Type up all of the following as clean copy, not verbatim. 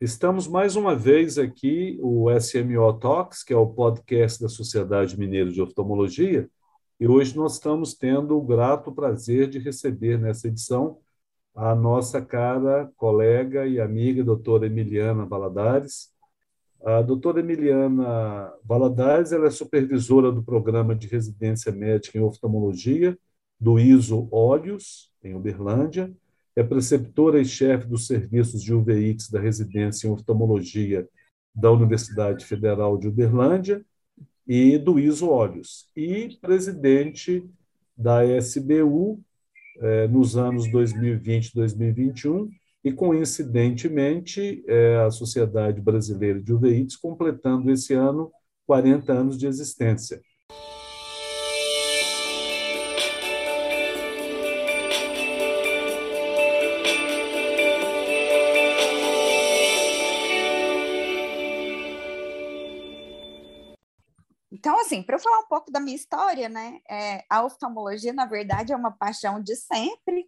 Estamos mais uma vez aqui, o SMO Talks, que é o podcast da Sociedade Mineira de Oftalmologia, e hoje nós estamos tendo o grato prazer de receber nessa edição a nossa cara colega e amiga, doutora Emiliana Valadares. A doutora Emiliana Valadares, ela é supervisora do programa de residência médica em oftalmologia do ISO Olhos, em Uberlândia, é preceptora e chefe dos serviços de UVIX da residência em oftalmologia da Universidade Federal de Uberlândia e do ISO Olhos, e presidente da SBU nos anos 2020 e 2021, e, coincidentemente, a Sociedade Brasileira de UVIX completando esse ano 40 anos de existência. Então, assim, para eu falar um pouco da minha história, né? A oftalmologia, na verdade, é uma paixão de sempre.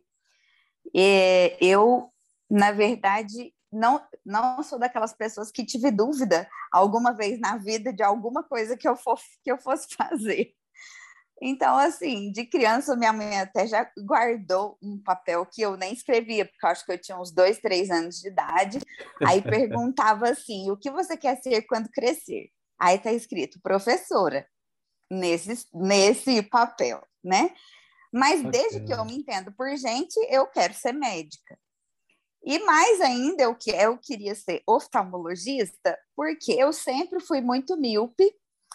Eu, na verdade, não sou daquelas pessoas que tive dúvida alguma vez na vida de alguma coisa que eu fosse fazer. Então, assim, de criança, minha mãe até já guardou um papel que eu nem escrevia, porque eu acho que eu tinha uns 2, 3 anos de idade. Aí perguntava assim, o que você quer ser quando crescer? Aí está escrito professora, nesse papel, né? Mas desde que eu me entendo por gente, eu quero ser médica. E mais ainda, eu queria ser oftalmologista, porque eu sempre fui muito míope,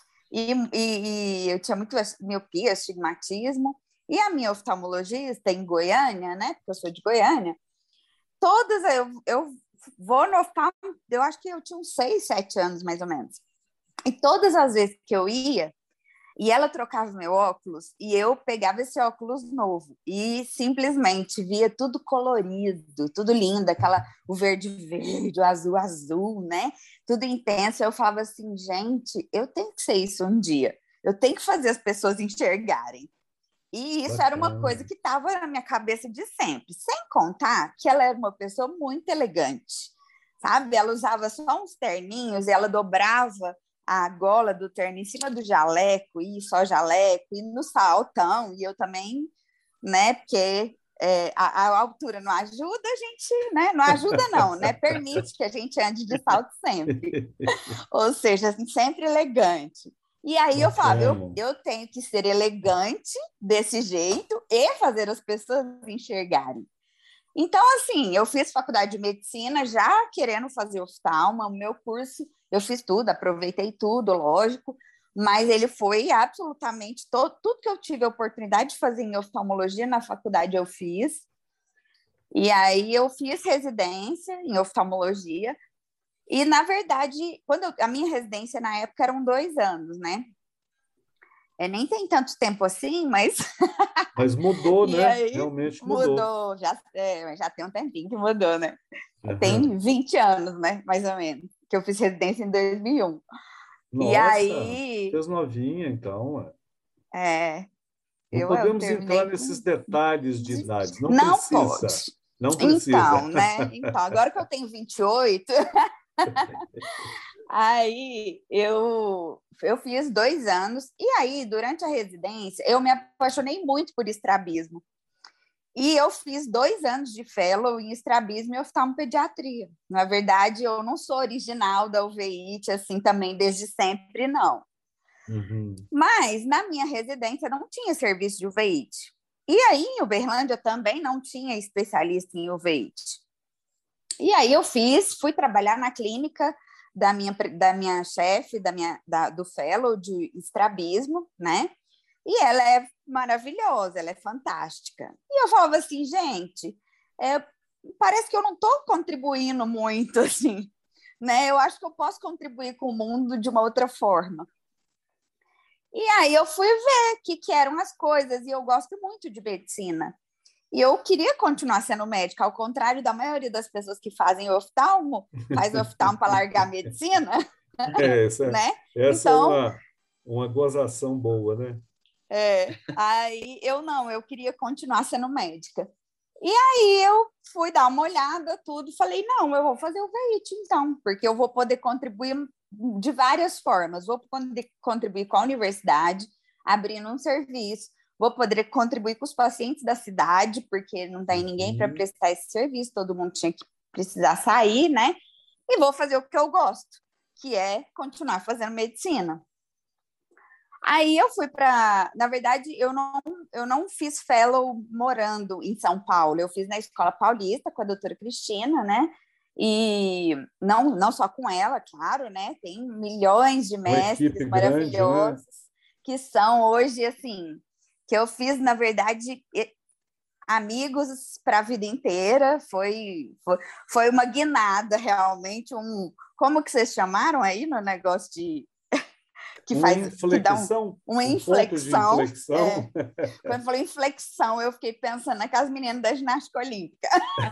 e eu tinha muito miopia, astigmatismo, e a minha oftalmologista em Goiânia, né, porque eu sou de Goiânia, todas, eu vou no oftalmo, eu acho que eu tinha uns 6, 7 anos, mais ou menos. E todas as vezes que eu ia, e ela trocava meu óculos, e eu pegava esse óculos novo, e simplesmente via tudo colorido, tudo lindo, o verde, o azul, né? Tudo intenso. Eu falava assim, gente, eu tenho que ser isso um dia. Eu tenho que fazer as pessoas enxergarem. E isso era uma coisa que estava na minha cabeça de sempre. Sem contar que ela era uma pessoa muito elegante, sabe? Ela usava só uns terninhos, e ela dobrava a gola do terno em cima do jaleco, e só jaleco, e no saltão, e eu também, né, porque a altura não ajuda a gente, né, não ajuda não, né, permite que a gente ande de salto sempre, ou seja, sempre elegante. E aí eu falava, eu tenho que ser elegante desse jeito e fazer as pessoas enxergarem. Então, assim, eu fiz faculdade de medicina já querendo fazer oftalmo, o meu curso, eu fiz tudo, aproveitei tudo, lógico, mas ele foi absolutamente tudo que eu tive a oportunidade de fazer em oftalmologia na faculdade eu fiz. E aí eu fiz residência em oftalmologia, e, na verdade, a minha residência na época eram 2 anos, né? Nem tem tanto tempo assim, mas... Mas mudou, né? Aí, realmente mudou. Já tem um tempinho que mudou, né? Uhum. Tem 20 anos, né? Mais ou menos, que eu fiz residência em 2001. Nossa, e aí... fez novinha, então. Não Eu podemos entrar terminei nesses com... detalhes de idades, não Não precisa. pode. Não precisa. Então, né? Então, agora que eu tenho 28... Aí eu fiz 2 anos, e aí, durante a residência, eu me apaixonei muito por estrabismo. E eu fiz 2 anos de fellow em estrabismo e oftalmopediatria. Na verdade, eu não sou original da UVIT, assim, também desde sempre, não. Uhum. Mas, na minha residência, não tinha serviço de UVIT. E aí, em Uberlândia, também não tinha especialista em UVIT. E aí eu fui trabalhar na clínica da minha chefe, do fellow de estrabismo, né? E ela é maravilhosa, ela é fantástica. E eu falava assim, gente, parece que eu não estou contribuindo muito, assim, né? Eu acho que eu posso contribuir com o mundo de uma outra forma. E aí eu fui ver o que eram as coisas, e eu gosto muito de medicina. E eu queria continuar sendo médica, ao contrário da maioria das pessoas que fazem oftalmo, faz oftalmo para largar a medicina, né? Essa Então, é uma gozação boa, né? aí eu queria continuar sendo médica. E eu fui dar uma olhada, tudo, falei, não, eu vou fazer o VEIT, então, porque eu vou poder contribuir de várias formas. Vou poder contribuir com a universidade, abrindo um serviço, vou poder contribuir com os pacientes da cidade, porque não tem ninguém para prestar esse serviço, todo mundo tinha que precisar sair, né? E vou fazer o que eu gosto, que é continuar fazendo medicina. Aí eu fui para... Na verdade, eu não fiz fellow morando em São Paulo, eu fiz na Escola Paulista com a doutora Cristina, né? E não só com ela, claro, né? Tem milhões de mestres maravilhosos, né? Que são hoje, assim, que eu fiz, na verdade, amigos para a vida inteira. Foi uma guinada, realmente. Como que vocês chamaram aí no negócio de... que dá uma inflexão. Ponto de inflexão. Quando falou inflexão, eu fiquei pensando naquelas meninas da ginástica olímpica.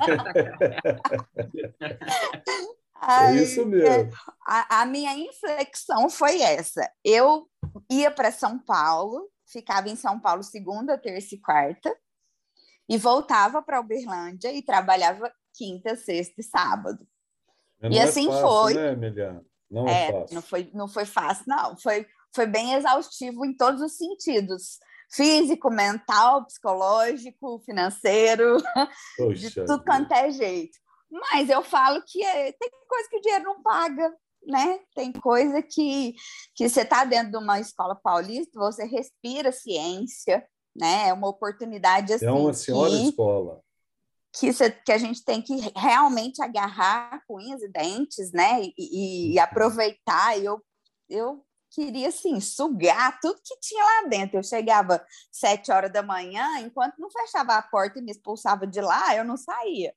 É isso mesmo. A minha inflexão foi essa. Eu ia para São Paulo, ficava em São Paulo segunda, terça e quarta, e voltava para Uberlândia e trabalhava quinta, sexta e sábado. Mas e assim fácil, foi, né, Emiliana? Não é fácil. Não foi fácil, não. Foi bem exaustivo em todos os sentidos. Físico, mental, psicológico, financeiro, de tudo quanto é jeito. Mas eu falo que tem coisa que o dinheiro não paga, né? Tem coisa que você está dentro de uma escola paulista, você respira ciência, né? É uma oportunidade assim. É uma senhora escola. Que a gente tem que realmente agarrar com unhas e dentes, né? E aproveitar. E eu queria, assim, sugar tudo que tinha lá dentro. Eu chegava 7 horas da manhã, enquanto não fechava a porta e me expulsava de lá, eu não saía.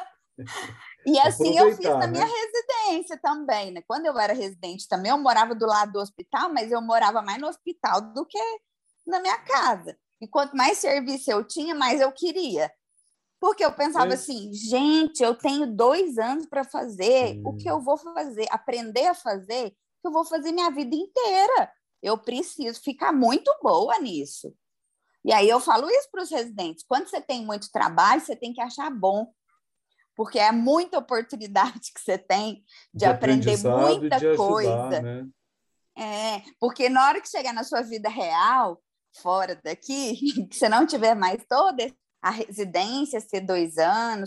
E assim eu fiz na minha residência também, né? Quando eu era residente também, eu morava do lado do hospital, mas eu morava mais no hospital do que na minha casa. E quanto mais serviço eu tinha, mais eu queria. Porque eu pensava assim, gente, eu tenho 2 anos para fazer o que eu vou fazer, aprender a fazer, que eu vou fazer minha vida inteira. Eu preciso ficar muito boa nisso. E aí eu falo isso para os residentes. Quando você tem muito trabalho, você tem que achar bom. Porque é muita oportunidade que você tem de aprender muita coisa. Né? Porque na hora que chegar na sua vida real, fora daqui, que você não tiver mais toda a residência, ser 2 anos,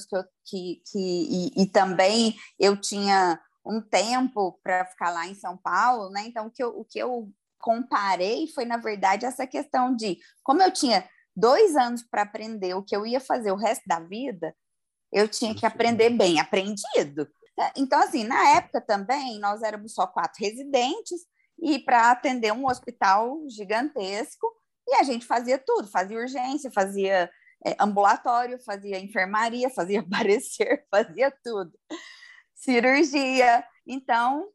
e também eu tinha um tempo para ficar lá em São Paulo, né? Então, o que eu comparei foi, na verdade, essa questão de como eu tinha 2 anos para aprender o que eu ia fazer o resto da vida, eu tinha que aprender bem aprendido. Então, assim, na época também, nós éramos só 4 residentes, e para atender um hospital gigantesco, e a gente fazia tudo, fazia urgência, fazia ambulatório, fazia enfermaria, fazia parecer, fazia tudo. Cirurgia. Então,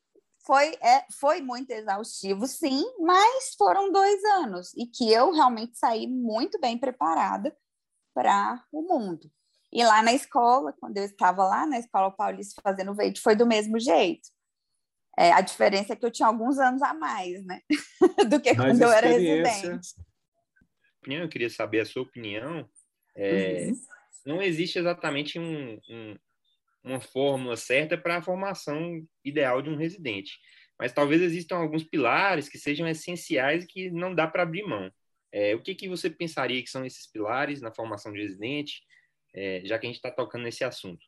foi muito exaustivo, sim, mas foram 2 anos, e que eu realmente saí muito bem preparada para o mundo. E lá na escola, quando eu estava lá na Escola Paulista fazendo o VEIT, foi do mesmo jeito. A diferença é que eu tinha alguns anos a mais, né? do que quando eu era residente. Eu queria saber a sua opinião. Não existe exatamente uma fórmula certa para a formação ideal de um residente, mas talvez existam alguns pilares que sejam essenciais e que não dá para abrir mão. O que você pensaria que são esses pilares na formação de residente, já que a gente está tocando nesse assunto?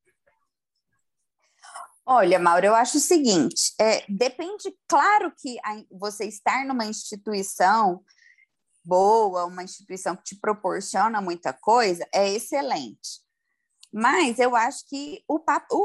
Olha, Mauro, eu acho o seguinte, depende, claro que você estar numa instituição boa, uma instituição que te proporciona muita coisa, é excelente. Mas eu acho que o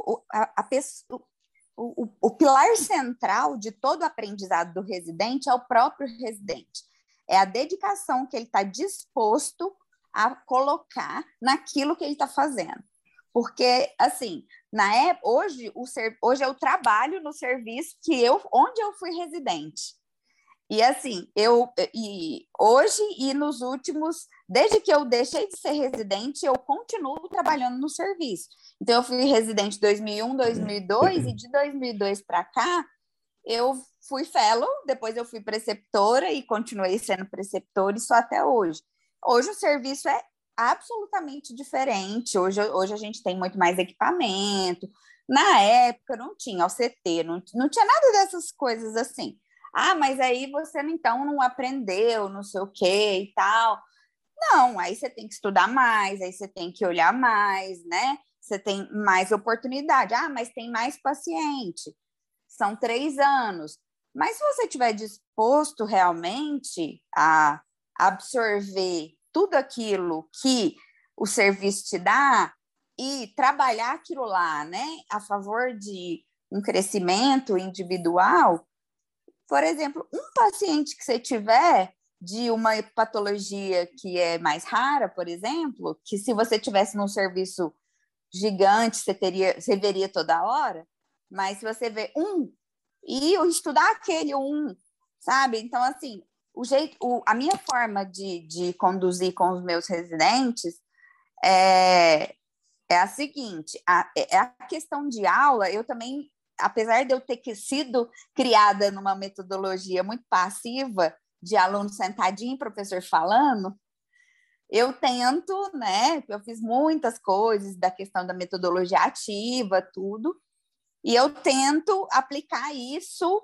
pilar central de todo o aprendizado do residente é o próprio residente. É a dedicação que ele está disposto a colocar naquilo que ele está fazendo. Porque, assim, hoje eu trabalho no serviço onde eu fui residente. E, assim, hoje e nos últimos, desde que eu deixei de ser residente, eu continuo trabalhando no serviço. Então, eu fui residente em 2001, 2002, e de 2002 para cá, eu fui fellow, depois eu fui preceptora e continuei sendo preceptora, e só até hoje. Hoje o serviço é absolutamente diferente. Hoje a gente tem muito mais equipamento. Na época não tinha OCT, não tinha nada dessas coisas assim. Ah, mas aí você então não aprendeu, não sei o quê e tal. Não, aí você tem que estudar mais, aí você tem que olhar mais, né? Você tem mais oportunidade. Ah, mas tem mais paciente. São 3 anos. Mas se você estiver disposto realmente a absorver tudo aquilo que o serviço te dá e trabalhar aquilo lá, né, a favor de um crescimento individual, por exemplo, um paciente que você tiver de uma patologia que é mais rara, por exemplo, que se você tivesse num serviço gigante, você veria toda hora, mas se você vê um, e estudar aquele um, sabe? Então, assim, a minha forma de conduzir com os meus residentes é a seguinte, a questão de aula, eu também, apesar de eu ter sido criada numa metodologia muito passiva, de aluno sentadinho, professor falando, eu tento, né? Eu fiz muitas coisas da questão da metodologia ativa, tudo, e eu tento aplicar isso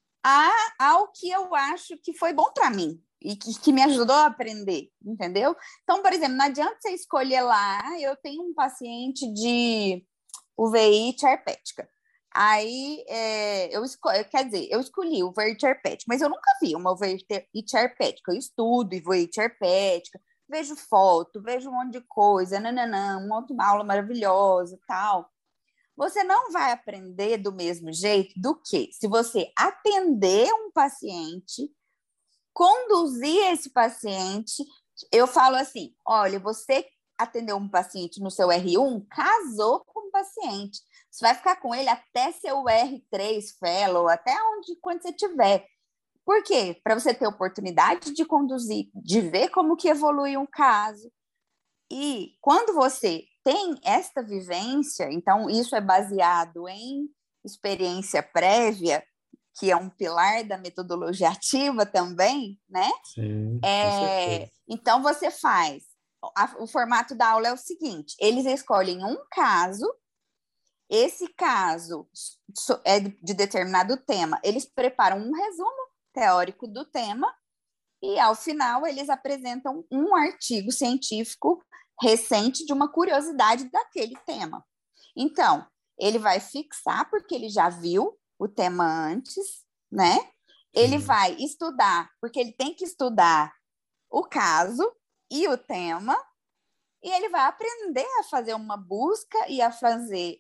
ao que eu acho que foi bom para mim e que me ajudou a aprender, entendeu? Então, por exemplo, não adianta você escolher lá, eu tenho um paciente de uveíte herpética. Aí, eu escolhi uveíte herpética, mas eu nunca vi uma uveíte herpética. Eu estudo uveíte herpética, vejo foto, vejo um monte de coisa, nananã, uma aula maravilhosa, tal. Você não vai aprender do mesmo jeito do que se você atender um paciente, conduzir esse paciente. Eu falo assim, olha, você atendeu um paciente no seu R1, casou com o paciente. Você vai ficar com ele até seu R3 fellow, até quando você tiver. Por quê? Para você ter oportunidade de conduzir, de ver como que evolui um caso. E quando você tem esta vivência, então isso é baseado em experiência prévia, que é um pilar da metodologia ativa também, né? Sim, com certeza. Então você faz. O formato da aula é o seguinte: eles escolhem um caso, esse caso é de determinado tema, eles preparam um resumo teórico do tema e, ao final, eles apresentam um artigo científico recente de uma curiosidade daquele tema. Então, ele vai fixar, porque ele já viu o tema antes, né? Ele vai estudar, porque ele tem que estudar o caso e o tema, e ele vai aprender a fazer uma busca e a fazer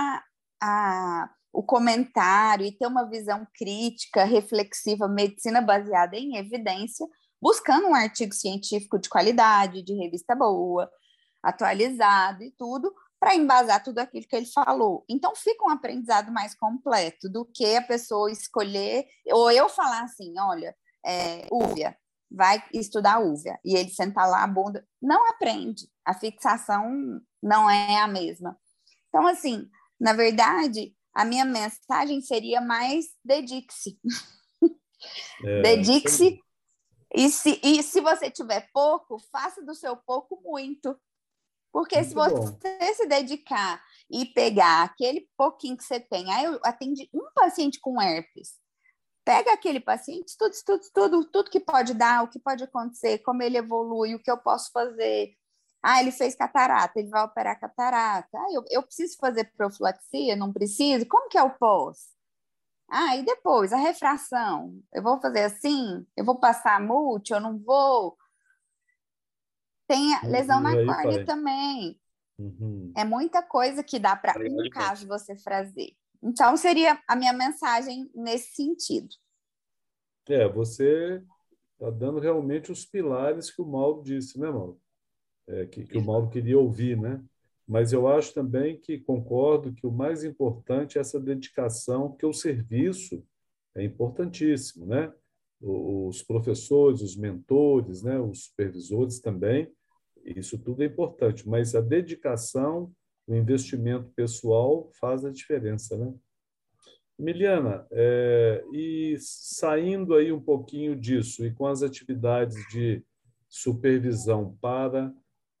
o comentário e ter uma visão crítica, reflexiva, medicina baseada em evidência, buscando um artigo científico de qualidade, de revista boa, atualizado e tudo, para embasar tudo aquilo que ele falou. Então, fica um aprendizado mais completo do que a pessoa escolher, ou eu falar assim, olha, úvea, vai estudar úvea, e ele sentar lá a bunda, não aprende, a fixação não é a mesma. Então, assim, na verdade, a minha mensagem seria mais dedique-se. Dedique-se, e se você tiver pouco, faça do seu pouco muito. Porque Muito se bom. você se dedicar e pegar aquele pouquinho que você tem, aí eu atendi um paciente com herpes, pega aquele paciente, estuda tudo que pode dar, o que pode acontecer, como ele evolui, o que eu posso fazer. Ah, ele fez catarata, ele vai operar catarata. Ah, eu preciso fazer profilaxia? Não preciso? Como que é o pós? Ah, e depois, a refração? Eu vou fazer assim? Eu vou passar multi? Eu não vou? Tem lesão E na aí córnea vai. também. Uhum. É muita coisa que dá para Legal um demais. caso você fazer. Então, seria a minha mensagem nesse sentido. Você está dando realmente os pilares que o Mauro disse, né, Mauro? Que o Mauro queria ouvir, né? Mas eu acho também que concordo que o mais importante é essa dedicação, porque o serviço é importantíssimo, né? Os professores, os mentores, né? Os supervisores também, isso tudo é importante, mas a dedicação, o investimento pessoal faz a diferença, né? Miliana, e saindo aí um pouquinho disso e com as atividades de supervisão para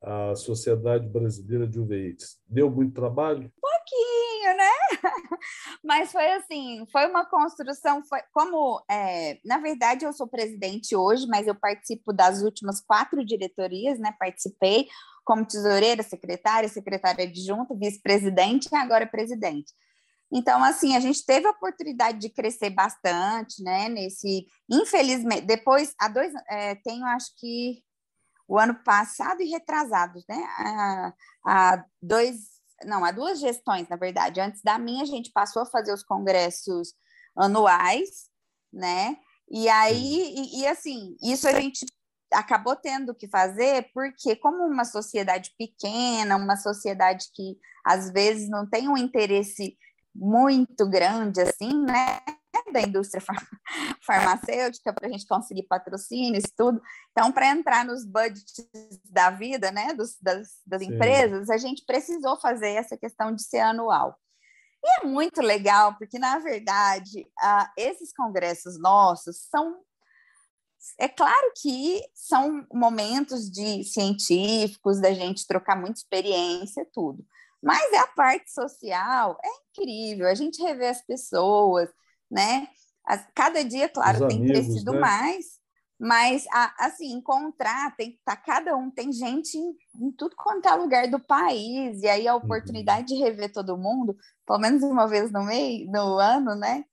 a Sociedade Brasileira de UVIs? Deu muito trabalho? Pouquinho, né? Mas foi assim, foi uma construção, foi como, na verdade, eu sou presidente hoje, mas eu participo das últimas 4 diretorias, né? Participei como tesoureira, secretária adjunta, vice-presidente e agora presidente. Então, assim, a gente teve a oportunidade de crescer bastante, né? Infelizmente, depois, tenho acho que o ano passado e retrasado, né? Há 2 gestões, na verdade. Antes da minha, a gente passou a fazer os congressos anuais, né? E aí, assim, isso a gente acabou tendo que fazer porque, como uma sociedade pequena, uma sociedade que às vezes não tem um interesse muito grande, assim, né? Da indústria farmacêutica para a gente conseguir patrocínios, tudo. Então, para entrar nos budgets da vida, né, das empresas, a gente precisou fazer essa questão de ser anual. E é muito legal, porque, na verdade, esses congressos nossos são... É claro que são momentos de científicos, da gente trocar muita experiência, tudo. Mas a parte social é incrível, a gente revê as pessoas, né? Cada dia, claro, Os tem amigos, crescido né? mais, mas, assim, encontrar, cada um, tem gente em tudo quanto é lugar do país, e aí a oportunidade de rever todo mundo, pelo menos uma vez no ano, né?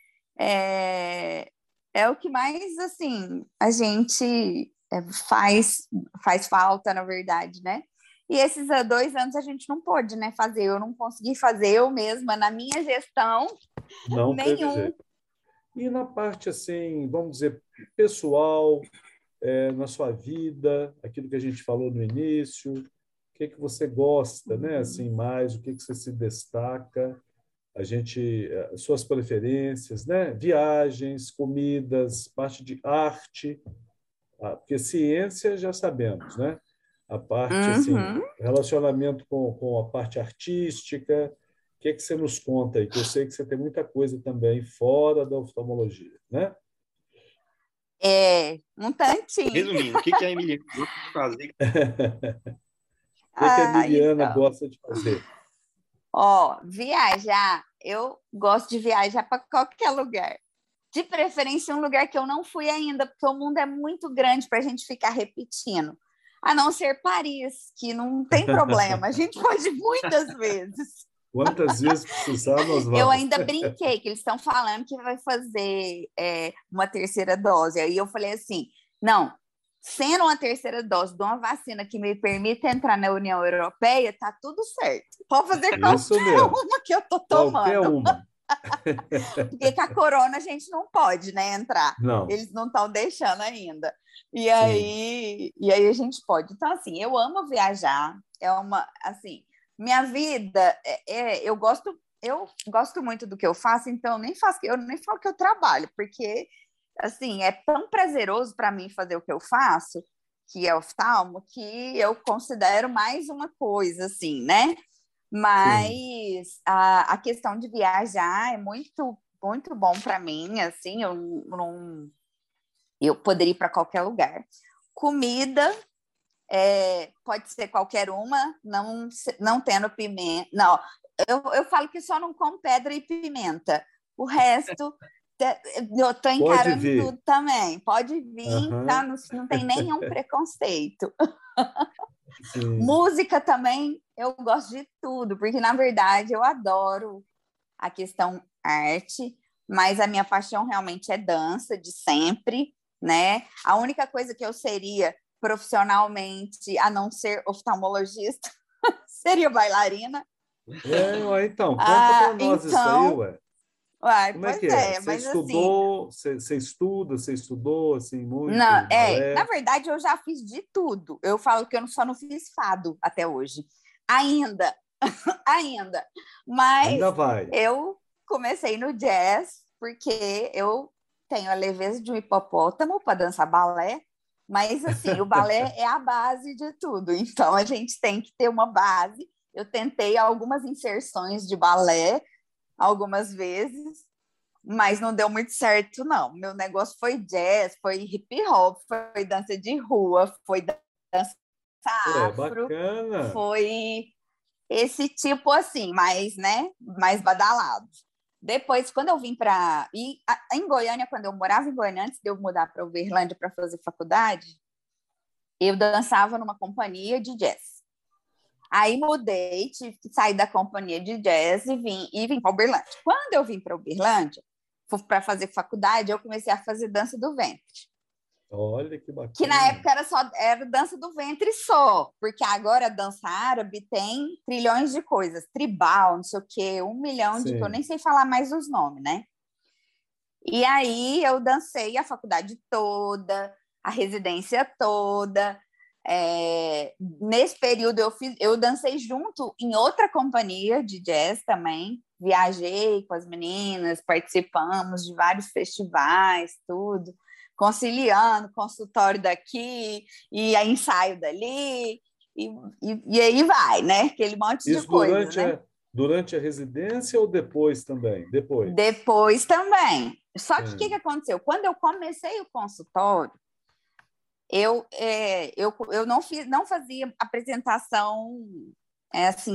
É o que mais, assim, a gente faz falta, na verdade, né? E esses 2 anos a gente não pôde, né, fazer. Eu não consegui fazer eu mesma, na minha gestão, Não teve nenhum. jeito. E na parte, assim, vamos dizer, pessoal, na sua vida, aquilo que a gente falou no início, o que que você gosta, né? Assim, mais, o que que você se destaca, suas preferências, né? Viagens, comidas, parte de arte, porque ciência já sabemos, né? A parte, assim, Uhum. relacionamento com a parte artística, o que que você nos conta aí? Que eu sei que você tem muita coisa também fora da oftalmologia, né? Um tantinho. Resumindo, o que a Emiliana gosta de fazer? O que que a Emiliana Então, gosta de fazer? viajar, eu gosto de viajar para qualquer lugar. De preferência, um lugar que eu não fui ainda, porque o mundo é muito grande para a gente ficar repetindo. A não ser Paris, que não tem problema, a gente pode ir muitas vezes. Quantas vezes precisar, nós Eu vamos. ainda brinquei, que eles estão falando que vai fazer uma terceira dose. Aí eu falei assim: não, sendo uma terceira dose de uma vacina que me permita entrar na União Europeia, tá tudo certo. Pode fazer Isso qualquer mesmo, uma que eu tô qualquer tomando. uma. Porque com a corona a gente não pode, né, entrar. Não, Eles não estão deixando ainda. E sim, aí a gente pode. Então, assim, eu amo viajar. Assim, minha vida, eu gosto muito do que eu faço, então eu nem falo que eu trabalho, porque, assim, é tão prazeroso para mim fazer o que eu faço, que é oftalmo, que eu considero mais uma coisa, assim, né? sim. Mas a questão de viajar é muito, muito bom para mim, assim, eu poderia ir para qualquer lugar. Comida, pode ser qualquer uma, não tendo pimenta. Não, eu falo que só não como pedra e pimenta. O resto, eu estou Pode encarando vir. tudo também. Pode vir, tá? Aham, Não tem nenhum preconceito. sim, Música também, eu gosto de tudo, porque na verdade eu adoro a questão arte, mas a minha paixão realmente é dança, de sempre, né? A única coisa que eu seria profissionalmente, a não ser oftalmologista, seria bailarina. então, conta para nós isso aí, Então, ué. Como é pois que é? é, Você mas assim, estudou, você estudou, assim, não, muito na balé? verdade eu já fiz de tudo. Eu falo que eu só não fiz fado até hoje. Ainda, ainda. Ainda Mas vai. eu comecei no jazz porque eu tenho a leveza de um hipopótamo para dançar balé, mas assim, o balé é a base de tudo, então a gente tem que ter uma base. Eu tentei algumas inserções de balé algumas vezes, mas não deu muito certo, não. Meu negócio foi jazz, foi hip hop, foi dança de rua, foi dança Ué, afro, bacana. foi esse tipo assim, mais badalado. Depois, quando eu vim para... Em Goiânia, quando eu morava em Goiânia, antes de eu mudar para Uberlândia para fazer faculdade, eu dançava numa companhia de jazz. Aí mudei, tive que sair da companhia de jazz e vim para Uberlândia. Quando eu vim para Uberlândia, para fazer faculdade, eu comecei a fazer dança do ventre. Olha que Que na bacana. época era dança do ventre só, porque agora a dança árabe tem trilhões de coisas, tribal, não sei o quê, 1 milhão de que eu Sim. nem sei falar mais os nomes, né? E aí eu dancei a faculdade toda, a residência toda. Nesse período eu dancei junto em outra companhia de jazz também. Viajei com as meninas, participamos de vários festivais, tudo, conciliando consultório daqui e ensaio dali, e aí vai, né? Aquele monte de Isso coisa, né? durante a residência ou depois também? Depois. Depois também. Só que o que Sim. aconteceu? Quando eu comecei o consultório, eu não fazia apresentação assim,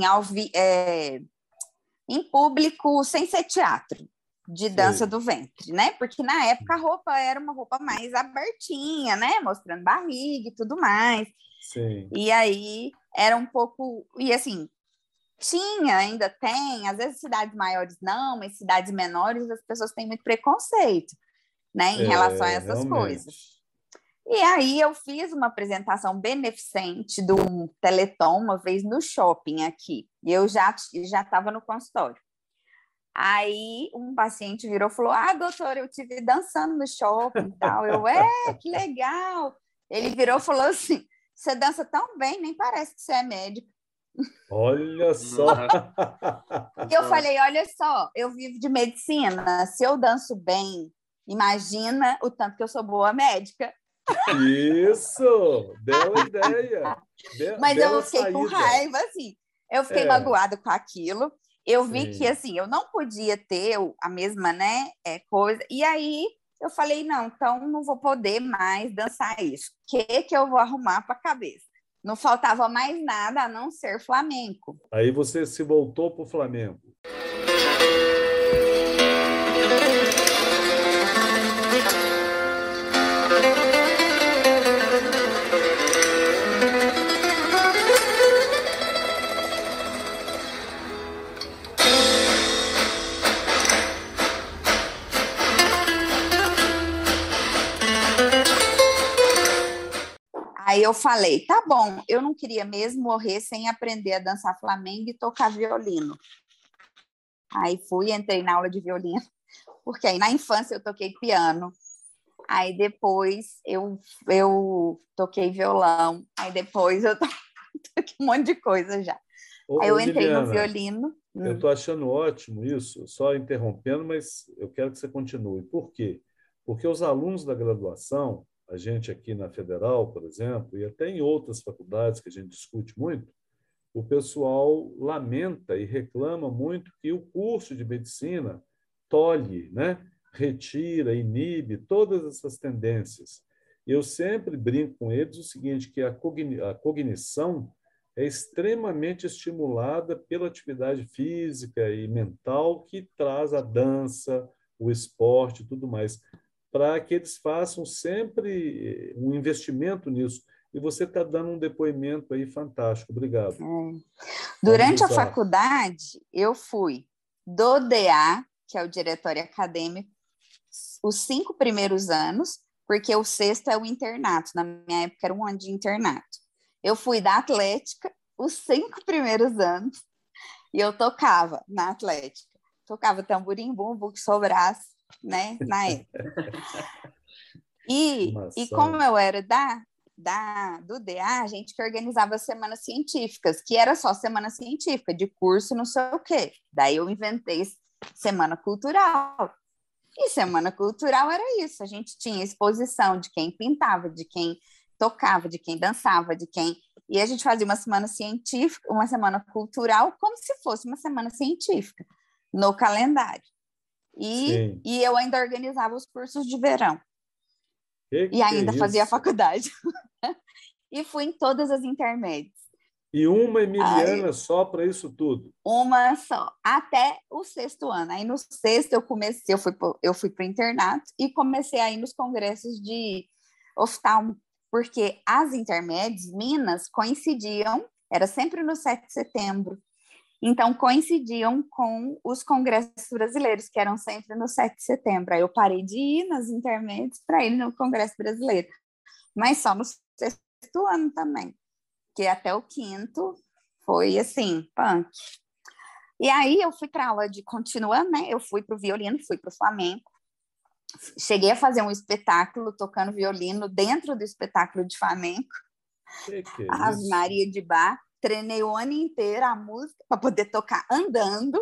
em público, sem ser teatro, de dança Sei. do ventre, né? Porque na época a roupa era uma roupa mais abertinha, né? Mostrando barriga e tudo mais. Sim. E aí era um pouco... E assim, ainda tem, às vezes cidades maiores não, mas cidades menores as pessoas têm muito preconceito, né? Em relação a essas coisas. Realmente. E aí eu fiz uma apresentação beneficente do Teleton uma vez no shopping aqui. E eu já estava no consultório. Aí um paciente virou e falou: "Ah, doutora, eu te vi dançando no shopping e tal." Que legal. Ele virou e falou assim: "Você dança tão bem, nem parece que você é médico." Olha só. E eu falei: "Olha só, eu vivo de medicina. Se eu danço bem, imagina o tanto que eu sou boa médica." Isso! Bela ideia! Mas eu Bela fiquei com saída. raiva, assim. Eu fiquei É, magoada com aquilo. Eu vi que, sim. assim, eu não podia ter a mesma, né, coisa. E aí eu falei: "Não, então não vou poder mais dançar isso. O que eu vou arrumar para a cabeça?" Não faltava mais nada a não ser flamenco. Aí você se voltou para o Flamengo. Aí eu falei: "Tá bom, eu não queria mesmo morrer sem aprender a dançar flamengo e tocar violino." Aí entrei na aula de violino, porque aí na infância eu toquei piano. Aí depois eu toquei violão. Aí depois eu toquei um monte de coisa já. Aí Ô, eu entrei no Liliana, violino. eu estou achando ótimo isso, só interrompendo, mas eu quero que você continue. Por quê? Porque os alunos da graduação, a gente aqui na Federal, por exemplo, e até em outras faculdades que a gente discute muito, o pessoal lamenta e reclama muito que o curso de medicina tolhe, né? Retira, inibe todas essas tendências. Eu sempre brinco com eles o seguinte, que a cognição é extremamente estimulada pela atividade física e mental que traz a dança, o esporte e tudo mais, para que eles façam sempre um investimento nisso. E você está dando um depoimento aí fantástico. Obrigado. Vamos Durante a usar. faculdade, eu fui do DA, que é o Diretório Acadêmico, os 5 primeiros anos, porque o sexto é o internato. Na minha época era um ano de internato. Eu fui da Atlética os 5 primeiros anos e eu tocava na Atlética. Tocava tamborim, bumbo, que sobrasse, né, na época. E como eu era do DA, a gente que organizava as semanas científicas, que era só semana científica, de curso não sei o quê. Daí eu inventei semana cultural. E semana cultural era isso, a gente tinha exposição de quem pintava, de quem tocava, de quem dançava, de quem... E a gente fazia uma semana científica, uma semana cultural, como se fosse uma semana científica, no calendário. Sim. E eu ainda organizava os cursos de verão. Que E é ainda fazia a isso? faculdade. e fui em todas as intermédias. E uma emiliana só para isso tudo? Uma só, até o 6º ano. Aí no 6º eu fui para o internato e comecei a ir nos congressos de oftalmo, porque as intermédias, Minas, coincidiam, era sempre no 7 de setembro, então coincidiam com os congressos brasileiros, que eram sempre no 7 de setembro. Aí eu parei de ir nas intermédias para ir no congresso brasileiro, mas só no 6º ano também, que até o 5º foi assim, punk. E aí eu fui para aula de continuando, né? Eu fui para o violino, fui para o flamenco, cheguei a fazer um espetáculo tocando violino dentro do espetáculo de flamenco, Que Ave isso? Maria de Bach, treinei o ano inteiro a música para poder tocar andando.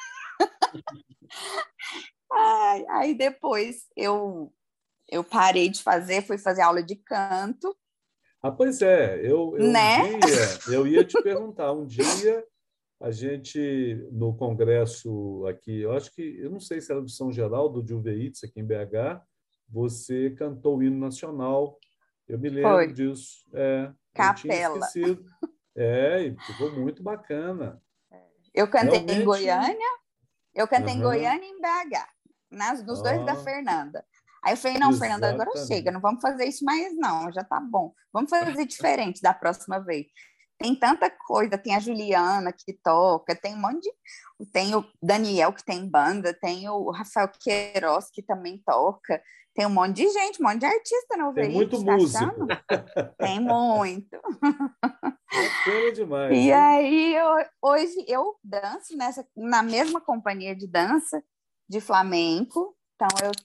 Aí depois eu parei de fazer, fui fazer aula de canto, Pois é, um né? dia, eu ia te perguntar, um dia a gente, no congresso aqui, eu não sei se era do São Geraldo, de UVITS, aqui em BH, você cantou o hino nacional, eu me lembro Foi disso, eu tinha capela. esquecido, e ficou muito bacana, Eu cantei em realmente, Goiânia, eu cantei em aham, Goiânia e em BH, nos dois da ó, Fernanda. Aí eu falei, não, Fernanda, agora chega, exatamente. não vamos fazer isso mais não, já tá bom. Vamos fazer diferente da próxima vez. Tem tanta coisa, tem a Juliana que toca, tem um monte de... Tem o Daniel que tem banda, tem o Rafael Queiroz que também toca, tem um monte de gente, um monte de artista no Tem muito UVI, tá músico, achando? Tem muito. bacana demais, E viu? aí, hoje eu danço na mesma companhia de dança de flamenco. Então,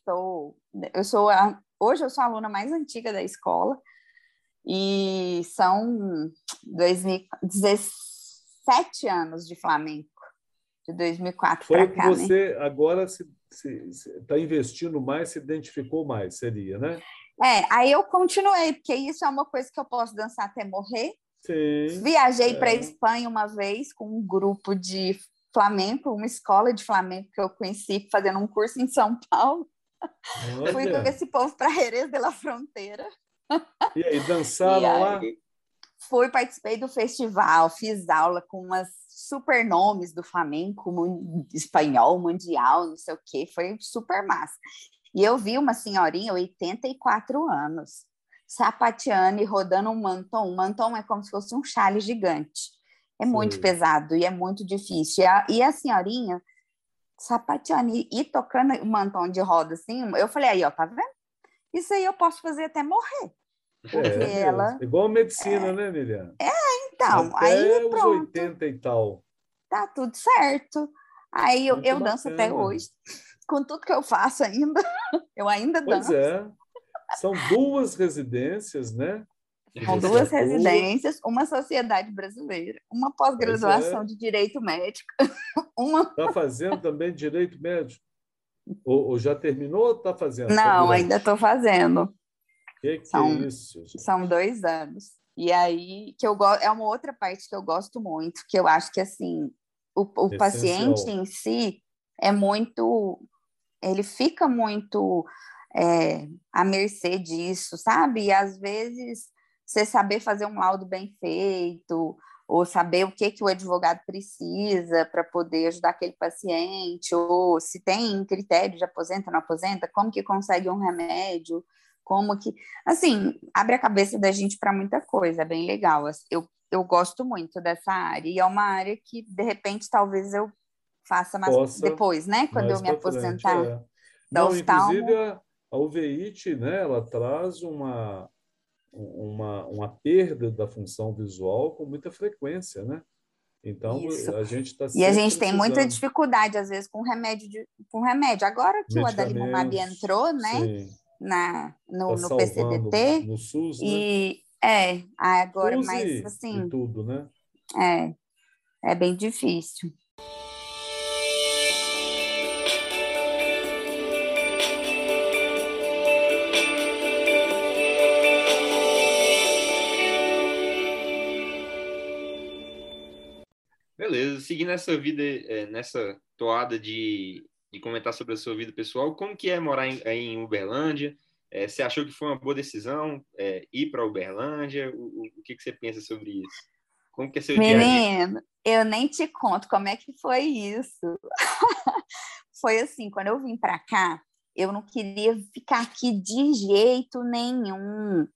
hoje eu sou a aluna mais antiga da escola e são 17 anos de flamenco, de 2004 Foi para o que cá, né? você agora está investindo mais, se identificou mais, seria, né? Aí eu continuei, porque isso é uma coisa que eu posso dançar até morrer. Sim, Viajei para a Espanha uma vez com um grupo de flamenco, uma escola de flamenco que eu conheci fazendo um curso em São Paulo. Fui com olha. esse povo para Jerez de la Fronteira. E aí, E dançaram lá? aí participei do festival, fiz aula com umas super nomes do flamenco, espanhol, mundial, não sei o quê. Foi super massa. E eu vi uma senhorinha, 84 anos, sapateando e rodando um mantom. Um mantom é como se fosse um chale gigante. É muito Sei. pesado e é muito difícil. E a senhorinha sapateando e tocando o mantom de roda assim, eu falei, aí, ó, tá vendo? Isso aí eu posso fazer até morrer. Porque É mesmo. ela... Igual a medicina, né, Miriam? Então, aí Até os pronto, 80 e tal. tá tudo certo. Aí eu, Muito eu danço até bacana. hoje. Com tudo que eu faço ainda, eu ainda Pois danço. é. São duas residências, né? Que São você duas atua. residências, uma sociedade brasileira, uma Pois pós-graduação é. de direito médico, uma... Está fazendo também direito médico? Ou já terminou ou está fazendo? Está Não, ainda durante? estou fazendo. Que é São, isso, são gente? 2 anos. E aí, que eu gosto, é uma outra parte que eu gosto muito, que eu acho que, assim, o paciente Essencial. em si é muito... Ele fica muito à mercê disso, sabe? E, às vezes, você saber fazer um laudo bem feito, ou saber o que o advogado precisa para poder ajudar aquele paciente, ou se tem critério de aposenta, não aposenta, como que consegue um remédio, como que... Assim, abre a cabeça da gente para muita coisa, é bem legal. Eu gosto muito dessa área, e é uma área que, de repente, talvez eu faça mais Possa depois, né? Quando eu mais me para frente. aposentar É. da Não, inclusive oftalmo. a uveíte, né, ela traz uma perda da função visual com muita frequência, né? Então, Isso. a gente está E a sempre gente tem muita precisando. dificuldade, às vezes, com remédio. Agora que o adalimumab Medicamentos, entrou, né, sim, no, está no salvando PCDT, no SUS, né? e agora, SUS mas e assim, tudo, né? é, é bem difícil. Beleza, seguindo essa vida, nessa toada de comentar sobre a sua vida pessoal, como que é morar aí em Uberlândia? Você achou que foi uma boa decisão ir para Uberlândia? O que você pensa sobre isso? Como que é seu dia a dia? Menino, eu nem te conto como é que foi isso. Foi assim, quando eu vim para cá, eu não queria ficar aqui de jeito nenhum.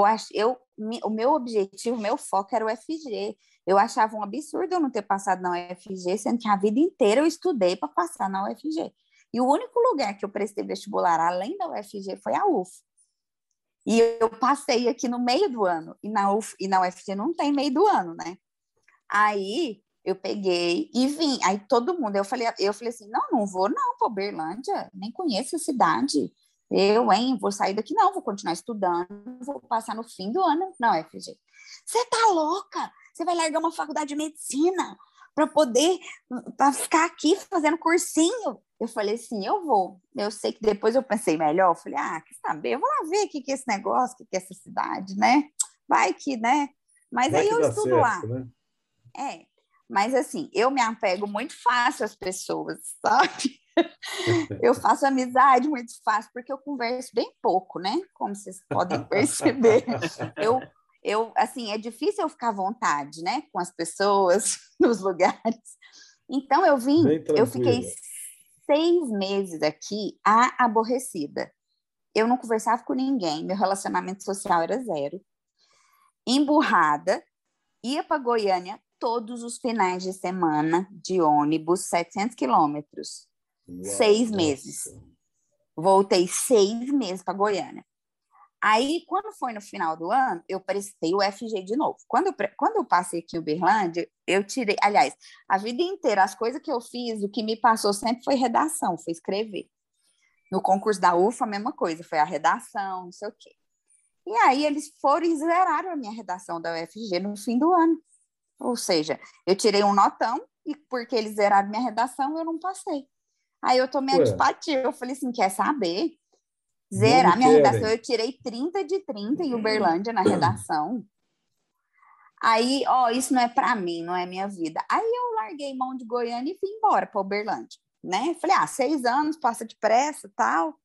O meu objetivo, o meu foco era o FG. Eu achava um absurdo eu não ter passado na UFG, sendo que a vida inteira eu estudei para passar na UFG. E o único lugar que eu prestei vestibular, além da UFG, foi a UF. E eu passei aqui no meio do ano. E na UFG não tem meio do ano, né? Aí eu peguei e vim. Aí todo mundo, eu falei assim, não vou não para Uberlândia, nem conheço a cidade. Vou sair daqui não, vou continuar estudando, vou passar no fim do ano na UFG. Você tá louca? Você vai largar uma faculdade de medicina para ficar aqui fazendo cursinho? Eu falei assim, eu vou. Eu sei que depois eu pensei melhor, eu falei, quer saber? Eu vou lá ver o que é esse negócio, o que é essa cidade, né? Vai que, né? Mas Vai aí que eu dá estudo lá. certo, né? Mas assim, eu me apego muito fácil às pessoas, sabe? Eu faço amizade muito fácil, porque eu converso bem pouco, né? Como vocês podem perceber. Assim, é difícil eu ficar à vontade, né? Com as pessoas, nos lugares. Então, Bem eu fiquei tranquila. 6 meses aqui aborrecida. Eu não conversava com ninguém, meu relacionamento social era zero. Emburrada, ia para Goiânia todos os finais de semana de ônibus, 700 quilômetros. Uau, 6 meses. nossa. Voltei 6 meses para Goiânia. Aí, quando foi no final do ano, eu prestei o FG de novo. Quando eu passei aqui em Uberlândia, eu tirei... Aliás, a vida inteira, as coisas que eu fiz, o que me passou sempre foi redação, foi escrever. No concurso da UFA, a mesma coisa, foi a redação, não sei o quê. E aí, eles foram e zeraram a minha redação da UFG no fim do ano. Ou seja, eu tirei um notão e porque eles zeraram minha redação, eu não passei. Aí eu tomei Ué, antipatia. Eu falei assim, quer saber? não me Zerar minha redação. querem. Eu tirei 30 de 30 em Uberlândia na redação. Aí, isso não é para mim, não é minha vida. Aí eu larguei mão de Goiânia e vim embora para Uberlândia, né? Falei, 6 anos, passa depressa, tal.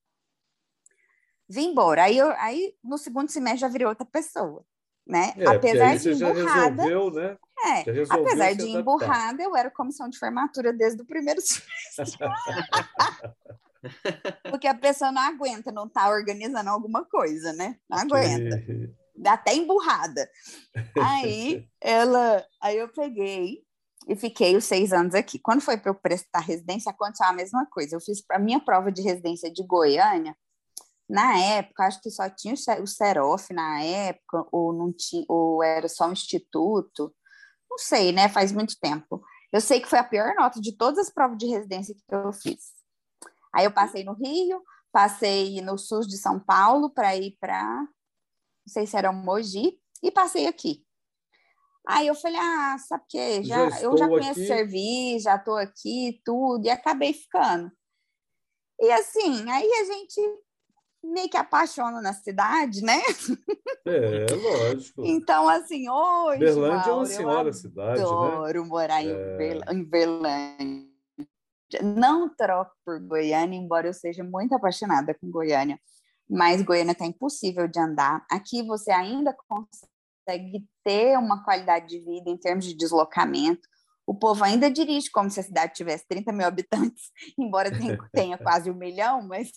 Vim embora. Aí no segundo semestre já virei outra pessoa, né? Porque Apesar aí de você já emburrada, resolveu, né? Já resolveu apesar se de adaptar. emburrada, eu era comissão de formatura desde o primeiro semestre. Porque a pessoa não aguenta não estar organizando alguma coisa, né? Não aguenta. E- Dá até emburrada. Aí eu peguei e fiquei os 6 anos aqui. Quando foi para eu prestar residência, aconteceu a mesma coisa. Eu fiz a minha prova de residência de Goiânia. Na época, acho que só tinha o Serof na época, ou não tinha, ou era só um instituto. Não sei, né? Faz muito tempo. Eu sei que foi a pior nota de todas as provas de residência que eu fiz. Aí eu passei no Rio, passei no SUS de São Paulo para ir para, não sei se era o Mogi, e passei aqui. Aí eu falei, sabe o quê? Já Eu já estou conheço o aqui. serviço, já estou aqui, tudo, e acabei ficando. E assim, aí a gente meio que apaixona na cidade, né? Lógico. Então, assim, hoje, Berlândia é uma Mauro, eu senhora cidade, né? adoro morar em Berlândia. Não troco por Goiânia, embora eu seja muito apaixonada com Goiânia. Mas Goiânia está impossível de andar. Aqui você ainda consegue ter uma qualidade de vida em termos de deslocamento. O povo ainda dirige como se a cidade tivesse 30 mil habitantes, embora tenha quase 1 milhão, mas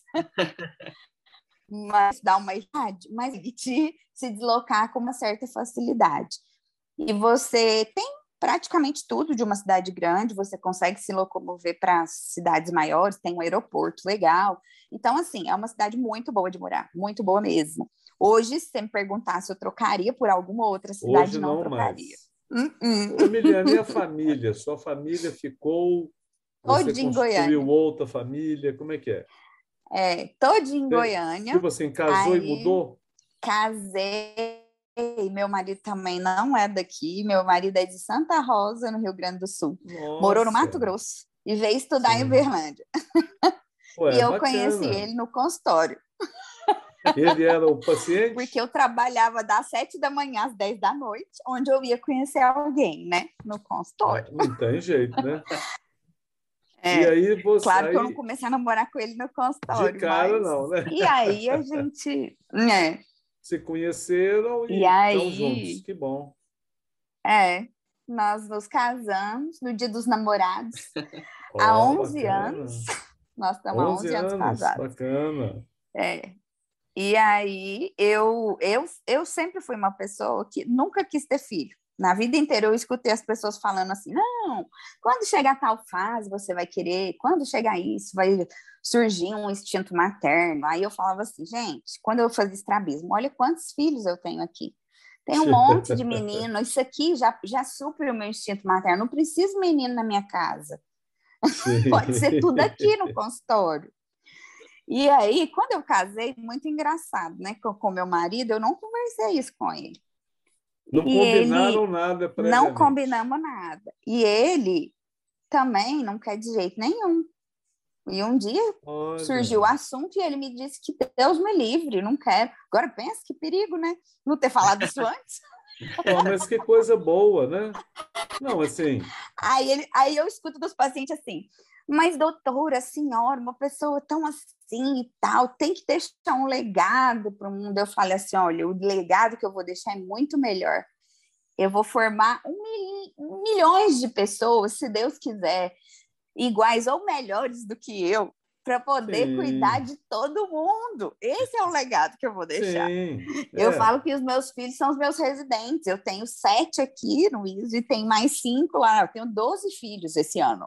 dá uma idade, mas se deslocar com uma certa facilidade. E você tem praticamente tudo de uma cidade grande, você consegue se locomover para cidades maiores, tem um aeroporto legal. Então, assim, é uma cidade muito boa de morar, muito boa mesmo. Hoje, se você me perguntar se eu trocaria por alguma outra cidade, Hoje não não trocaria. mais. Ô, Emiliana, e a família? Sua família ficou? Você Todinho em construiu Goiânia. outra família? Como é que é? Todinho em Goiânia. Tipo assim, casou e Aí mudou? casei. Meu marido também não é daqui. Meu marido é de Santa Rosa, no Rio Grande do Sul. Morou no Mato Nossa, Grosso e veio estudar em sim. Uberlândia. E Ué, eu conheci bacana. ele no consultório, Ele era o porque paciente? eu trabalhava das 7 da manhã às 10 da noite, onde eu ia conhecer alguém, né? No consultório. Não tem jeito, né? E aí você... Claro que eu aí, não comecei a namorar com ele no de consultório, cara, mas... não, né? E aí a gente... Se conheceram E e estão juntos. aí, Que bom. nós nos casamos no Dia dos Namorados, há Ó, 11 anos. bacana. Nós estamos há 11 11 anos anos, casados. bacana. É. E aí, eu sempre fui uma pessoa que nunca quis ter filho. Na vida inteira eu escutei as pessoas falando assim, não, quando chegar tal fase você vai querer, quando chegar isso vai surgir um instinto materno. Aí eu falava assim, gente, quando eu fazia estrabismo, olha quantos filhos eu tenho aqui. Tem um monte de menino, isso aqui já supre o meu instinto materno, não preciso menino na minha casa. Sim. Pode ser tudo aqui no consultório. E aí, quando eu casei, muito engraçado, né? Com meu marido, eu não conversei isso com ele. Não E combinaram ele, nada não previamente. combinamos nada. E ele também não quer de jeito nenhum. E um dia surgiu o Olha, assunto e ele me disse que Deus me livre, não quero. Agora pensa que perigo, né? Não ter falado isso antes. ó, mas que coisa boa, né? Não, assim, Aí eu escuto dos pacientes assim, mas doutora, senhora, uma pessoa tão assim e tal, tem que deixar um legado para o mundo. Eu falei assim, olha, o legado que eu vou deixar é muito melhor. Eu vou formar milhões de pessoas, se Deus quiser, iguais ou melhores do que eu, para poder cuidar sim, de todo mundo. Esse é o legado que eu vou deixar. sim, Eu é. falo que os meus filhos são os meus residentes. Eu tenho 7 aqui no ISO e tem mais 5 lá. Eu tenho 12 filhos esse ano.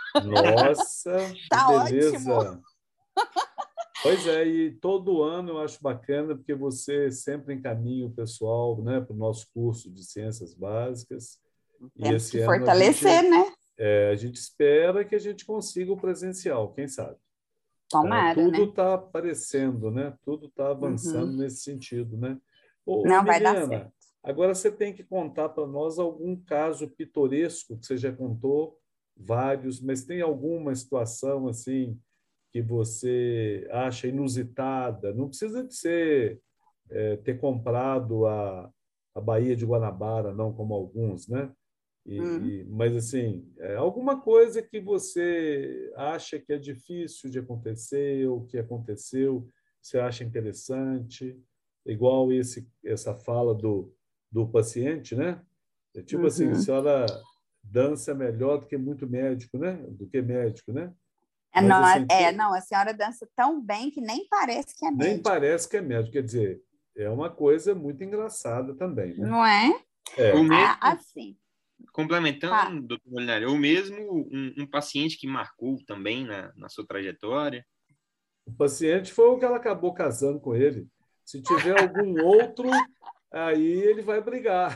Nossa, que Tá ótimo. beleza. Pois é, e todo ano eu acho bacana porque você sempre encaminha o pessoal, né, para o nosso curso de ciências básicas. E Temos esse que ano fortalecer, né? a gente espera que a gente consiga o presencial, quem sabe? Tomara, Tudo né? está aparecendo, né? Tudo está avançando Uhum. nesse sentido, né? Ô, Não vai dar certo. Emiliana, agora você tem que contar para nós algum caso pitoresco que você já contou vários, mas tem alguma situação assim que você acha inusitada? Não precisa de ser ter comprado a Baía de Guanabara, não como alguns, né? Hum. Mas, assim, alguma coisa que você acha que é difícil de acontecer, ou que aconteceu, você acha interessante, igual essa fala do paciente, né? É tipo assim, a Uhum. senhora dança melhor do que muito médico, né? Do que médico, né? É, Mas, não, assim, não, a senhora dança tão bem que nem parece que é nem médico, parece que é médico. Quer dizer, é uma coisa muito engraçada também, né? não é? O É. mesmo, Assim, complementando, pá, doutor Molinari, o mesmo um paciente que marcou também na sua trajetória. O paciente foi o que ela acabou casando com ele. Se tiver algum outro, aí ele vai brigar.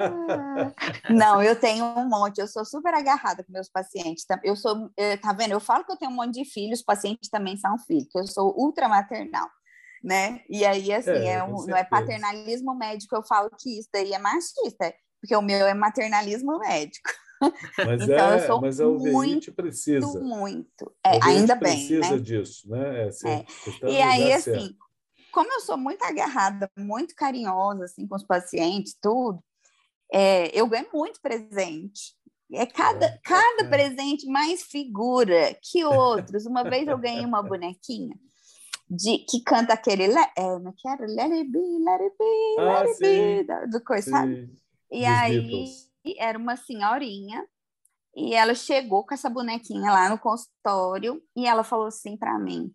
não, eu tenho um monte, eu sou super agarrada com meus pacientes. Eu sou, tá vendo? Eu falo que eu tenho um monte de filhos, os pacientes também são filhos, que eu sou ultramaternal, né? E aí, assim, Com não é certeza. paternalismo médico, eu falo que isso daí é machista, porque o meu é maternalismo médico. Então, eu sou Mas a muito, uveíte precisa. muito, A ainda uveíte bem, precisa né? disso, né? É. Você está E no lugar aí, certo. assim, como eu sou muito agarrada, muito carinhosa, assim, com os pacientes, tudo, eu ganho muito presente. É Ó, cada bacana. presente mais figura que outros. Uma vez eu ganhei uma bonequinha que canta aquele não quero let it be, let it be, let Ah, it be, sim, do coisa, sabe? sim. E Dos aí Beatles. era uma senhorinha e ela chegou com essa bonequinha lá no consultório e ela falou assim para mim,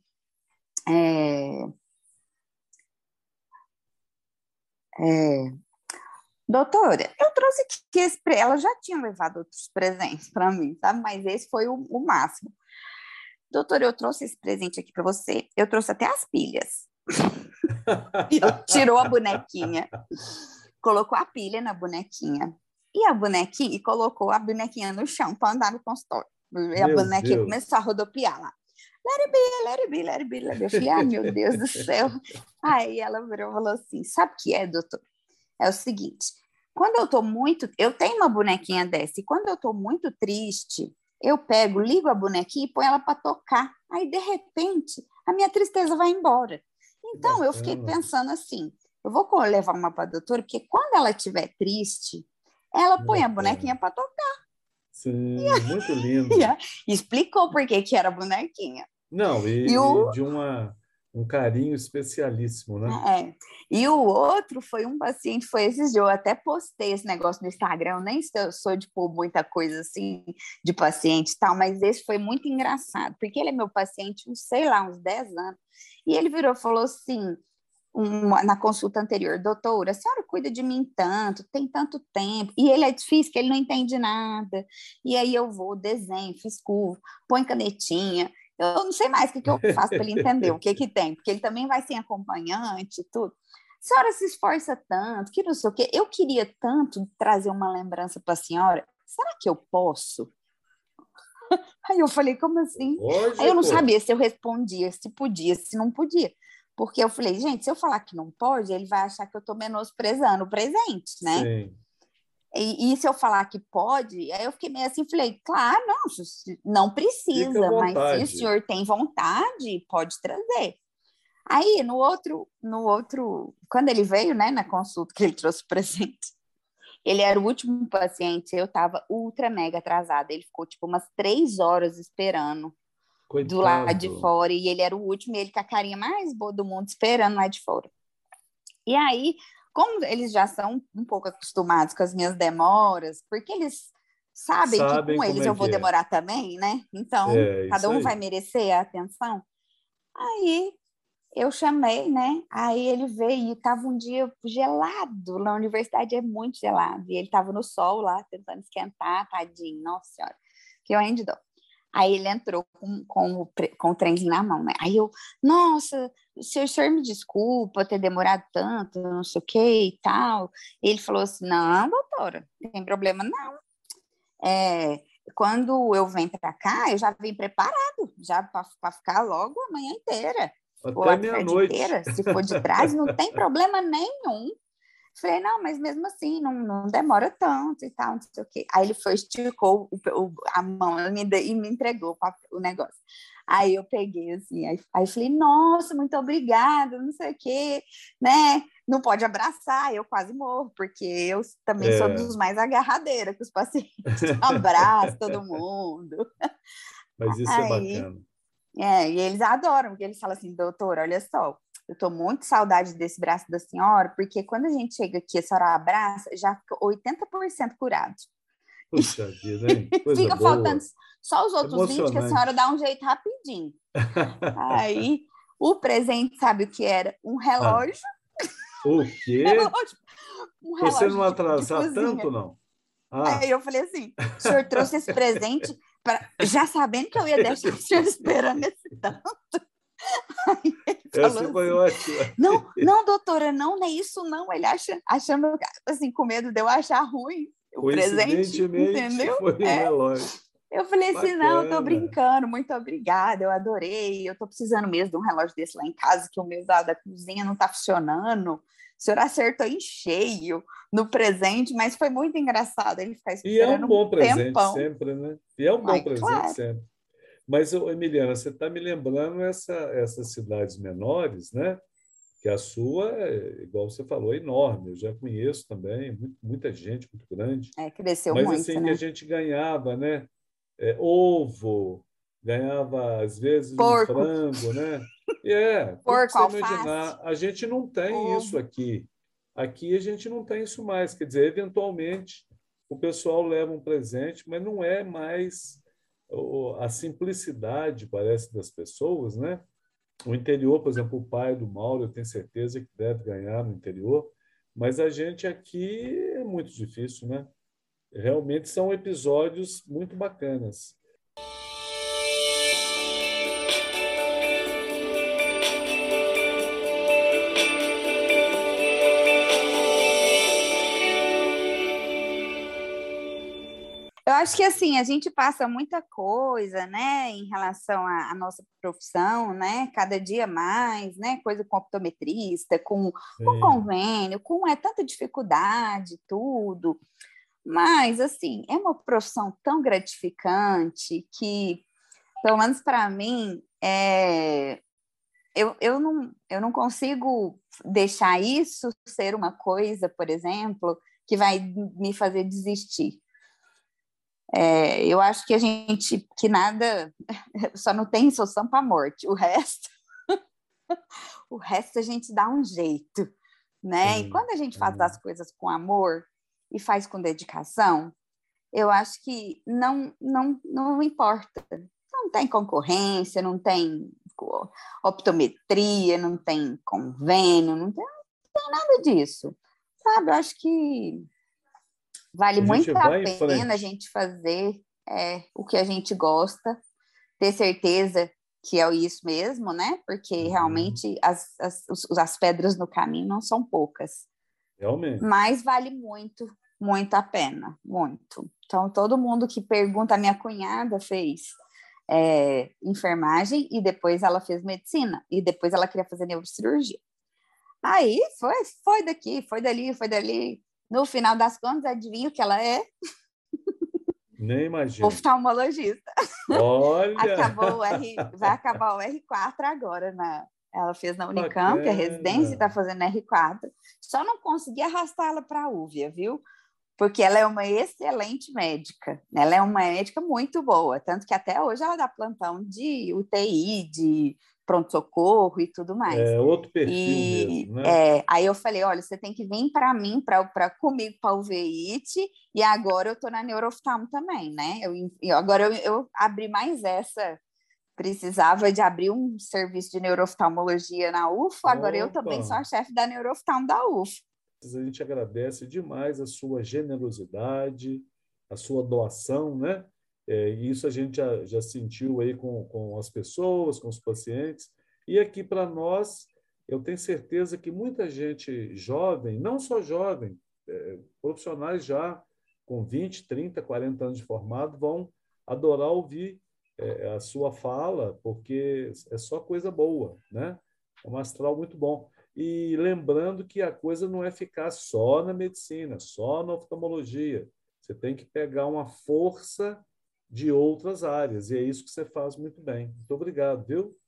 é, é, doutora, eu trouxe aqui ela já tinha levado outros presentes para mim, sabe? Mas esse foi o máximo. Doutora, eu trouxe esse presente aqui para você. Eu trouxe até as pilhas. E ela tirou a bonequinha, colocou a pilha na bonequinha e colocou a bonequinha no chão para andar no consultório. E a Meu bonequinha Deus. começou a rodopiar lá. Let it be, let it be, let it be, let it be. Eu falei, ai, meu Deus do céu. Aí ela virou e falou assim, sabe o que é, doutor? É o seguinte, quando eu tô muito... Eu tenho uma bonequinha dessa, e quando eu tô muito triste, eu pego, ligo a bonequinha e ponho ela para tocar. Aí, de repente, a minha tristeza vai embora. Que Então, eu fiquei bacana. pensando assim, eu vou levar uma para a doutora, porque quando ela estiver triste, ela põe a Bacana. bonequinha para tocar. Sim, muito E lindo. explicou por que que era bonequinha. Não, E e o, de um carinho especialíssimo, né? É. E o outro foi um paciente, foi esses dias, eu até postei esse negócio no Instagram, eu nem sou de pôr muita coisa assim de paciente e tal, mas esse foi muito engraçado, porque ele é meu paciente, sei lá, uns 10 anos, e ele virou e falou assim, na consulta anterior, doutora, a senhora cuida de mim tanto, tem tanto tempo, e ele é difícil, que ele não entende nada, e aí eu vou, desenho, fiscuro, põe canetinha, eu não sei mais o que eu faço para ele entender o que que tem, porque ele também vai sem acompanhante e tudo. A senhora se esforça tanto, que não sei o quê. Eu queria tanto trazer uma lembrança para a senhora. Será que eu posso? Aí eu falei, como assim? Aí eu não Lógico. sabia se eu respondia, se podia, se não podia. Porque eu falei, gente, se eu falar que não pode, ele vai achar que eu estou menosprezando o presente, né? Sim. E se eu falar que pode, aí eu fiquei meio assim, falei, claro, não, não Fica à precisa, mas se o vontade. senhor tem vontade, pode trazer. Aí, quando ele veio, né, na consulta que ele trouxe o presente, ele era o último paciente, eu estava ultra mega atrasada, ele ficou tipo umas 3 horas esperando do lado de Coitado. fora, e ele era o último, e ele com a carinha mais boa do mundo esperando lá de fora. E aí, como eles já são um pouco acostumados com as minhas demoras, porque eles sabem que Sabem com como eles é eu que vou é. demorar também, né? Então, É cada isso um vai aí. merecer a atenção. Aí eu chamei, né? Aí ele veio e estava um dia gelado. Na universidade é muito gelado. E ele estava no sol lá, tentando esquentar, tadinho. Nossa Senhora, que eu ainda dou. Aí ele entrou com o trenzinho na mão, né? Aí eu, nossa, o senhor me desculpa ter demorado tanto, não sei o que e tal. E ele falou assim: não, doutora, não tem problema não. É, quando eu venho para cá, eu já vim preparado, já para ficar logo a manhã inteira, ou Até a tarde meia-noite. inteira. Se for de trás, não tem problema nenhum. Falei, não, mas mesmo assim, não demora tanto e tal, não sei o quê. Aí ele foi, esticou a mão e me entregou o negócio. Aí eu peguei assim, aí falei, nossa, muito obrigada, não sei o quê, né? Não pode abraçar, eu quase morro, porque eu também sou É. dos mais agarradeiros com os pacientes. Abraço todo mundo. Mas isso é Aí bacana. e eles adoram, porque eles falam assim, doutor, olha só, eu tô muito saudade desse braço da senhora, porque quando a gente chega aqui, a senhora abraça, já fica 80% curado. Puxa vida, hein? E Coisa fica faltando boa. só os outros 20 que a senhora Emocionante. dá um jeito rapidinho. Aí, o presente, sabe o que era? Um Ah, relógio, o quê? relógio um Você não relógio de atrasar tanto, cozinha. não? Ah, Aí eu falei assim, o senhor trouxe esse presente já sabendo que eu ia deixar o senhor esperando esse tanto. Aí ele falou essa foi assim, ótima. não, doutora, não é isso, não. Ele achando, assim, com medo de eu achar ruim o presente, Coincidentemente, entendeu? foi um relógio. Eu falei assim, não, eu tô Bacana. brincando, muito obrigada, eu adorei. Eu tô precisando mesmo de um relógio desse lá em casa, que o meu da cozinha não tá funcionando. O senhor acertou em cheio no presente, mas foi muito engraçado ele ficar E é um esperando um bom presente tempão. sempre, né? E é um bom Ai, presente claro. sempre. Mas, ô, Emiliana, você está me lembrando essas cidades menores, né? Que a sua, igual você falou, é enorme. Eu já conheço também, muita gente, muito grande. Cresceu Mas muito, assim que a né? gente ganhava, né? Ovo, ganhava às vezes um Porco, frango, né? Tudo que porco, você alface, imaginar. A gente não tem isso ovo. aqui. Aqui a gente não tem isso mais. Quer dizer, eventualmente o pessoal leva um presente, mas não é mais a simplicidade, parece, das pessoas, né? O interior, por exemplo, o pai do Mauro, eu tenho certeza que deve ganhar no interior, mas a gente aqui é muito difícil, né? Realmente são episódios muito bacanas. Eu acho que assim, a gente passa muita coisa, né, em relação à nossa profissão, né, cada dia mais, né, coisa com optometrista, com Sim. convênio, com tanta dificuldade, tudo. Mas, assim, é uma profissão tão gratificante que, pelo menos para mim, eu não consigo deixar isso ser uma coisa, por exemplo, que vai me fazer desistir. Eu acho que que nada, só não tem solução para a morte. O resto a gente dá um jeito, né? Sim, E quando a gente faz as coisas com amor e faz com dedicação, eu acho que não importa. Não tem concorrência, não tem optometria, não tem convênio, não tem nada disso, sabe? Eu acho que vale a gente muito a vai em pena a frente. gente fazer o que a gente gosta, ter certeza que é isso mesmo, né? Porque realmente as pedras no caminho não são poucas. Realmente. Mas vale muito, muito a pena, muito. Então, todo mundo que pergunta, a minha cunhada fez enfermagem e depois ela fez medicina e depois ela queria fazer neurocirurgia. Aí foi daqui, foi dali, foi dali. No final das contas, adivinha o que ela é? Nem imagino. Oftalmologista. Olha, Vai acabar o R4 agora. Ela fez na Unicamp, a residência, bacana. está fazendo R4. Só não consegui arrastar ela para a UVIA, viu? Porque ela é uma excelente médica. Ela é uma médica muito boa. Tanto que até hoje ela dá plantão de UTI, de pronto-socorro e tudo mais. É outro perfil mesmo, né? Aí eu falei, olha, você tem que vir para mim, comigo para o UVIT, e agora eu estou na neurooftalmo também, né? Agora eu abri mais essa, precisava de abrir um serviço de neurooftalmologia na UFO, agora eu também sou Opa! a chefe da neurooftalmo da UFO. A gente agradece demais a sua generosidade, a sua doação, né? E isso a gente já sentiu aí com as pessoas, com os pacientes. E aqui para nós, eu tenho certeza que muita gente jovem, não só jovem, profissionais já com 20, 30, 40 anos de formado, vão adorar ouvir a sua fala, porque é só coisa boa, né? É um astral muito bom. E lembrando que a coisa não é ficar só na medicina, só na oftalmologia. Você tem que pegar uma força de outras áreas, e é isso que você faz muito bem. Muito obrigado, viu?